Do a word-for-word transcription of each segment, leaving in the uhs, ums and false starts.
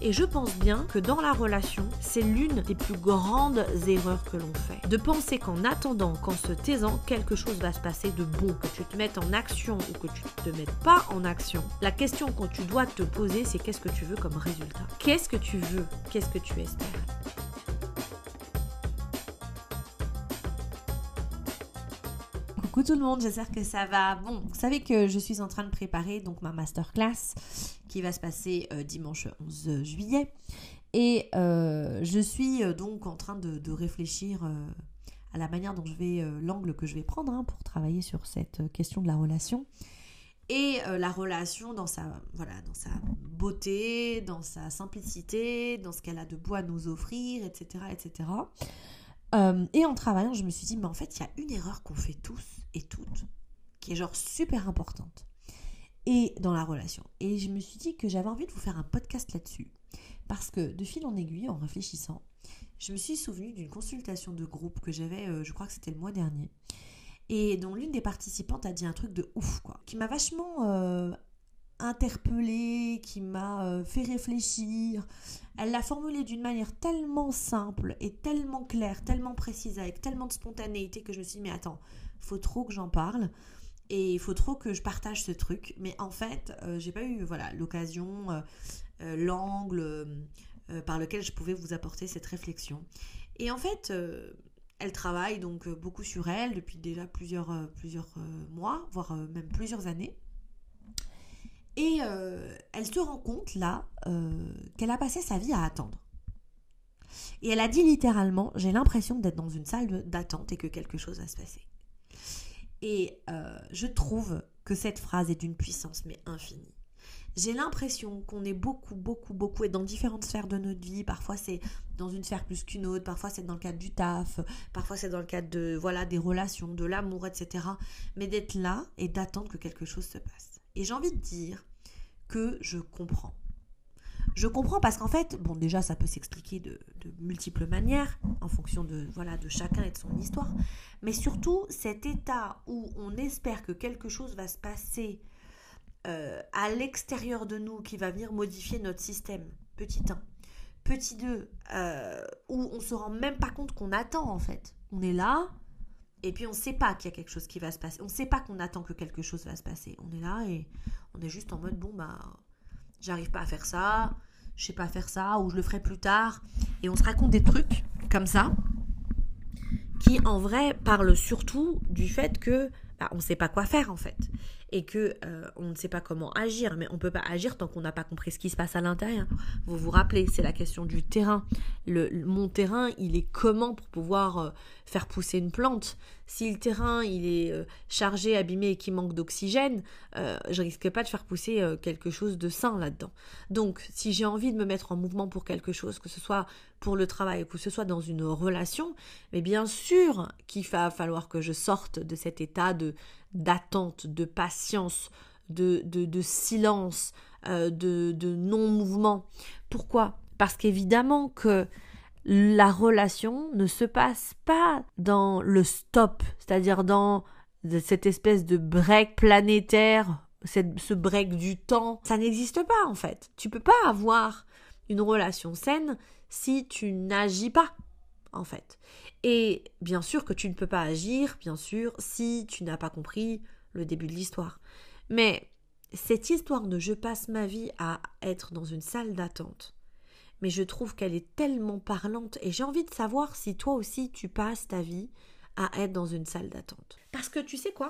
Et je pense bien que dans la relation, c'est l'une des plus grandes erreurs que l'on fait. De penser qu'en attendant, qu'en se taisant, quelque chose va se passer de bon, que tu te mettes en action ou que tu ne te mettes pas en action. La question que tu dois te poser, c'est qu'est-ce que tu veux comme résultat? Qu'est-ce que tu veux? Qu'est-ce que tu espères? Coucou tout le monde, j'espère que ça va. Bon, vous savez que je suis en train de préparer donc ma masterclass qui va se passer euh, dimanche onze juillet. Et euh, je suis euh, donc en train de, de réfléchir euh, à la manière dont je vais, euh, l'angle que je vais prendre hein, pour travailler sur cette question de la relation. Et euh, la relation dans sa, voilà, dans sa beauté, dans sa simplicité, dans ce qu'elle a de beau à nous offrir, et cetera, et cetera. Euh, et en travaillant, je me suis dit, mais en fait, il y a une erreur qu'on fait tous et toutes, qui est genre super importante, et dans la relation. Et je me suis dit que j'avais envie de vous faire un podcast là-dessus, parce que de fil en aiguille, en réfléchissant, je me suis souvenue d'une consultation de groupe que j'avais, euh, je crois que c'était le mois dernier, et dont l'une des participantes a dit un truc de ouf, quoi, qui m'a vachement euh, interpellée, qui m'a euh, fait réfléchir. Elle l'a formulée d'une manière tellement simple et tellement claire, tellement précise, avec tellement de spontanéité que je me suis dit, mais attends, faut trop que j'en parle et il faut trop que je partage ce truc. Mais en fait, euh, j'ai pas eu voilà, l'occasion, euh, euh, l'angle euh, par lequel je pouvais vous apporter cette réflexion. Et en fait, euh, elle travaille donc euh, beaucoup sur elle depuis déjà plusieurs, euh, plusieurs euh, mois, voire euh, même plusieurs années. Et euh, elle se rend compte là euh, qu'elle a passé sa vie à attendre. Et elle a dit littéralement, j'ai l'impression d'être dans une salle d'attente et que quelque chose va se passer. Et euh, je trouve que cette phrase est d'une puissance mais infinie. J'ai l'impression qu'on est beaucoup, beaucoup, beaucoup, et dans différentes sphères de notre vie. Parfois c'est dans une sphère plus qu'une autre, parfois c'est dans le cadre du taf, parfois c'est dans le cadre de, voilà, des relations, de l'amour, et cetera. Mais d'être là et d'attendre que quelque chose se passe. Et j'ai envie de dire que je comprends. Je comprends parce qu'en fait, bon déjà ça peut s'expliquer de, de multiples manières en fonction de, voilà, de chacun et de son histoire. Mais surtout cet état où on espère que quelque chose va se passer euh, à l'extérieur de nous qui va venir modifier notre système, petit un. Petit deux, euh, où on ne se rend même pas compte qu'on attend en fait. On est là. Et puis on ne sait pas qu'il y a quelque chose qui va se passer. On ne sait pas qu'on attend que quelque chose va se passer. On est là et on est juste en mode, bon bah, j'arrive pas à faire ça, je sais pas faire ça, ou je le ferai plus tard. Et on se raconte des trucs comme ça, qui en vrai parlent surtout du fait que bah, on ne sait pas quoi faire en fait. Et que euh, on ne sait pas comment agir. Mais on ne peut pas agir tant qu'on n'a pas compris ce qui se passe à l'intérieur. Vous vous rappelez, c'est la question du terrain. Le, le, mon terrain, il est comment pour pouvoir euh, faire pousser une plante? Si le terrain, il est euh, chargé, abîmé et qu'il manque d'oxygène, euh, je risque pas de faire pousser euh, quelque chose de sain là-dedans. Donc, si j'ai envie de me mettre en mouvement pour quelque chose, que ce soit pour le travail ou que ce soit dans une relation, mais bien sûr qu'il va falloir que je sorte de cet état de d'attente, de patience, de, de, de silence, euh, de, de non-mouvement. Pourquoi ? Parce qu'évidemment que la relation ne se passe pas dans le stop, c'est-à-dire dans cette espèce de break planétaire, cette, ce break du temps. Ça n'existe pas en fait. Tu peux pas avoir une relation saine si tu n'agis pas. En fait. Et bien sûr que tu ne peux pas agir, bien sûr, si tu n'as pas compris le début de l'histoire. Mais cette histoire de je passe ma vie à être dans une salle d'attente, mais je trouve qu'elle est tellement parlante et j'ai envie de savoir si toi aussi tu passes ta vie à être dans une salle d'attente. Parce que tu sais quoi ?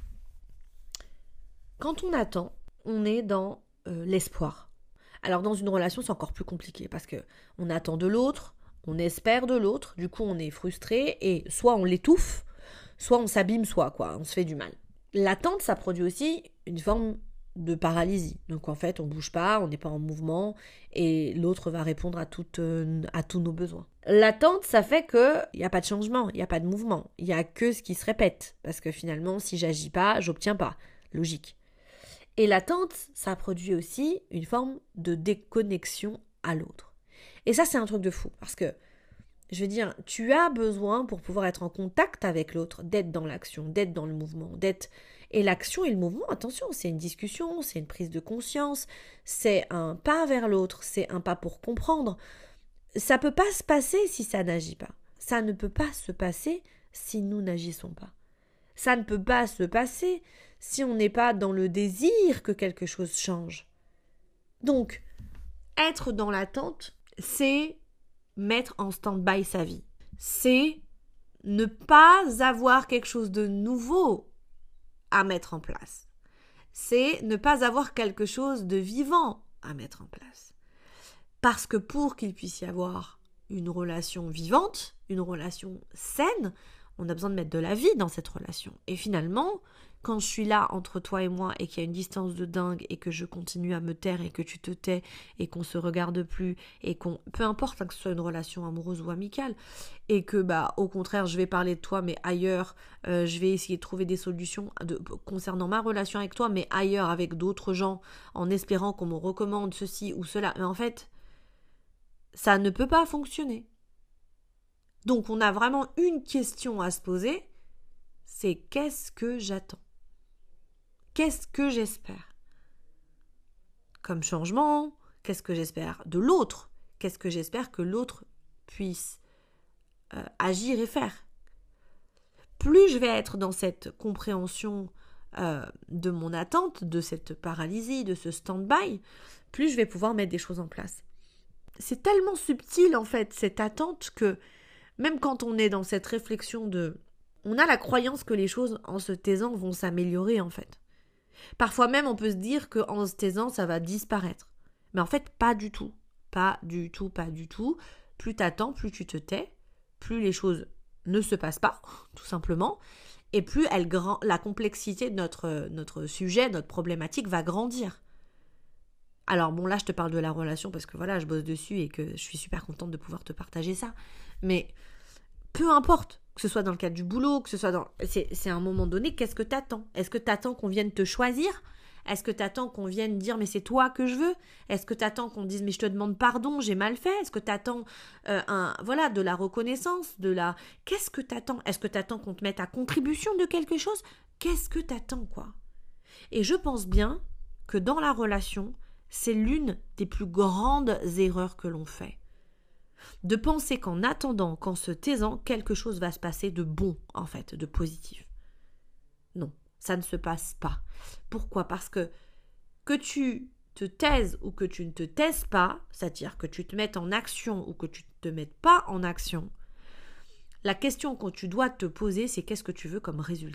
Quand on attend, on est dans euh, l'espoir. Alors dans une relation, c'est encore plus compliqué parce que on attend de l'autre, on espère de l'autre, du coup on est frustré et soit on l'étouffe, soit on s'abîme soi, quoi, on se fait du mal. L'attente, ça produit aussi une forme de paralysie. Donc en fait, on bouge pas, on n'est pas en mouvement et l'autre va répondre à, toute, euh, à tous nos besoins. L'attente, ça fait qu'il n'y a pas de changement, il n'y a pas de mouvement, il n'y a que ce qui se répète. Parce que finalement, si j'agis pas, j'obtiens pas. Logique. Et l'attente, ça produit aussi une forme de déconnexion à l'autre. Et ça, c'est un truc de fou, parce que, je veux dire, tu as besoin, pour pouvoir être en contact avec l'autre, d'être dans l'action, d'être dans le mouvement, d'être... Et l'action et le mouvement, attention, c'est une discussion, c'est une prise de conscience, c'est un pas vers l'autre, c'est un pas pour comprendre. Ça ne peut pas se passer si ça n'agit pas. Ça ne peut pas se passer si nous n'agissons pas. Ça ne peut pas se passer si on n'est pas dans le désir que quelque chose change. Donc, être dans l'attente, c'est mettre en stand-by sa vie. C'est ne pas avoir quelque chose de nouveau à mettre en place. C'est ne pas avoir quelque chose de vivant à mettre en place. Parce que pour qu'il puisse y avoir une relation vivante, une relation saine, on a besoin de mettre de la vie dans cette relation. Et finalement, quand je suis là entre toi et moi et qu'il y a une distance de dingue et que je continue à me taire et que tu te tais et qu'on se regarde plus et qu'on, peu importe hein, que ce soit une relation amoureuse ou amicale, et que bah au contraire je vais parler de toi mais ailleurs, euh, je vais essayer de trouver des solutions de, concernant ma relation avec toi mais ailleurs avec d'autres gens en espérant qu'on me recommande ceci ou cela, mais en fait ça ne peut pas fonctionner. Donc on a vraiment une question à se poser, c'est qu'est-ce que j'attends ? Qu'est-ce que j'espère ? Comme changement, qu'est-ce que j'espère de l'autre ? Qu'est-ce que j'espère que l'autre puisse euh, agir et faire ? Plus je vais être dans cette compréhension euh, de mon attente, de cette paralysie, de ce stand-by, plus je vais pouvoir mettre des choses en place. C'est tellement subtil en fait cette attente que même quand on est dans cette réflexion de... On a la croyance que les choses, en se taisant, vont s'améliorer, en fait. Parfois même, on peut se dire qu'en se taisant, ça va disparaître. Mais en fait, pas du tout. Pas du tout, pas du tout. Plus t'attends, plus tu te tais, plus les choses ne se passent pas, tout simplement, et plus elle grand... la complexité de notre, notre sujet, notre problématique va grandir. Alors bon, là, je te parle de la relation parce que voilà, je bosse dessus et que je suis super contente de pouvoir te partager ça. Mais peu importe, que ce soit dans le cadre du boulot, que ce soit dans... C'est, c'est à un moment donné, qu'est-ce que t'attends ? Est-ce que t'attends qu'on vienne te choisir ? Est-ce que t'attends qu'on vienne dire « mais c'est toi que je veux » ? Est-ce que t'attends qu'on dise « mais je te demande pardon, j'ai mal fait » ? Est-ce que t'attends euh, un, voilà, de la reconnaissance, de la... Qu'est-ce que t'attends ? Est-ce que t'attends qu'on te mette à contribution de quelque chose ? Qu'est-ce que t'attends, quoi ? Et je pense bien que dans la relation, c'est l'une des plus grandes erreurs que l'on fait. De penser qu'en attendant, qu'en se taisant, quelque chose va se passer de bon, en fait, de positif. Non, ça ne se passe pas. Pourquoi ? Parce que que tu te taises ou que tu ne te taises pas, c'est-à-dire que tu te mettes en action ou que tu ne te mettes pas en action, la question que tu dois te poser, c'est qu'est-ce que tu veux comme résultat ?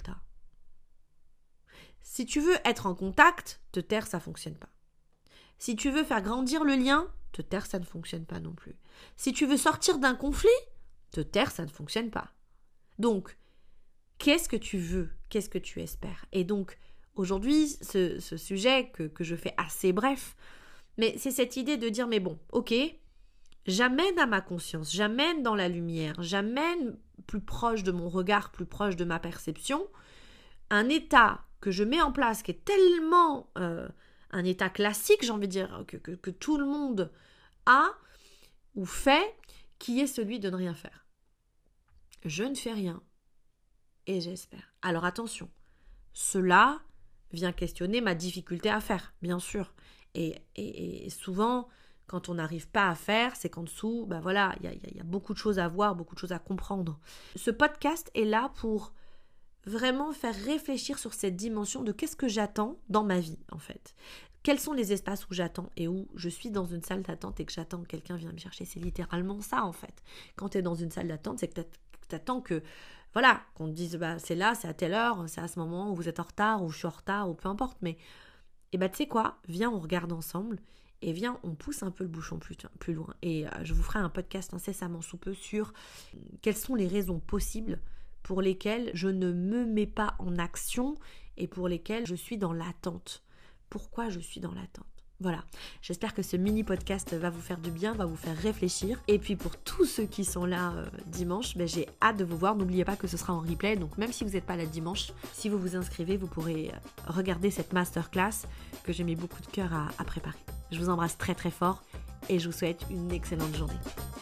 Si tu veux être en contact, te taire, ça ne fonctionne pas. Si tu veux faire grandir le lien, te taire, ça ne fonctionne pas non plus. Si tu veux sortir d'un conflit, te taire, ça ne fonctionne pas. Donc, qu'est-ce que tu veux ? Qu'est-ce que tu espères ? Et donc, aujourd'hui, ce, ce sujet que, que je fais assez bref, mais c'est cette idée de dire, mais bon, ok, j'amène à ma conscience, j'amène dans la lumière, j'amène plus proche de mon regard, plus proche de ma perception, un état que je mets en place qui est tellement... Euh, un état classique, j'ai envie de dire, que, que, que tout le monde a ou fait, qui est celui de ne rien faire. Je ne fais rien et j'espère. Alors attention, cela vient questionner ma difficulté à faire, bien sûr. Et, et, et souvent, quand on n'arrive pas à faire, c'est qu'en dessous, ben voilà, il y a, y a beaucoup de choses à voir, beaucoup de choses à comprendre. Ce podcast est là pour vraiment faire réfléchir sur cette dimension de qu'est-ce que j'attends dans ma vie, en fait. Quels sont les espaces où j'attends et où je suis dans une salle d'attente et que j'attends que quelqu'un vienne me chercher. C'est littéralement ça, en fait. Quand tu es dans une salle d'attente, c'est que tu attends que, voilà, qu'on te dise, bah, c'est là, c'est à telle heure, c'est à ce moment où vous êtes en retard, ou je suis en retard, ou peu importe. Mais, et bah, tu sais quoi, viens, on regarde ensemble et viens, on pousse un peu le bouchon plus, plus loin. Et euh, je vous ferai un podcast incessamment sous peu sur quelles sont les raisons possibles pour lesquelles je ne me mets pas en action et pour lesquelles je suis dans l'attente. Pourquoi je suis dans l'attente ? Voilà, j'espère que ce mini-podcast va vous faire du bien, va vous faire réfléchir. Et puis pour tous ceux qui sont là euh, dimanche, ben, j'ai hâte de vous voir. N'oubliez pas que ce sera en replay, donc même si vous n'êtes pas là dimanche, si vous vous inscrivez, vous pourrez regarder cette masterclass que j'ai mis beaucoup de cœur à, à préparer. Je vous embrasse très très fort et je vous souhaite une excellente journée.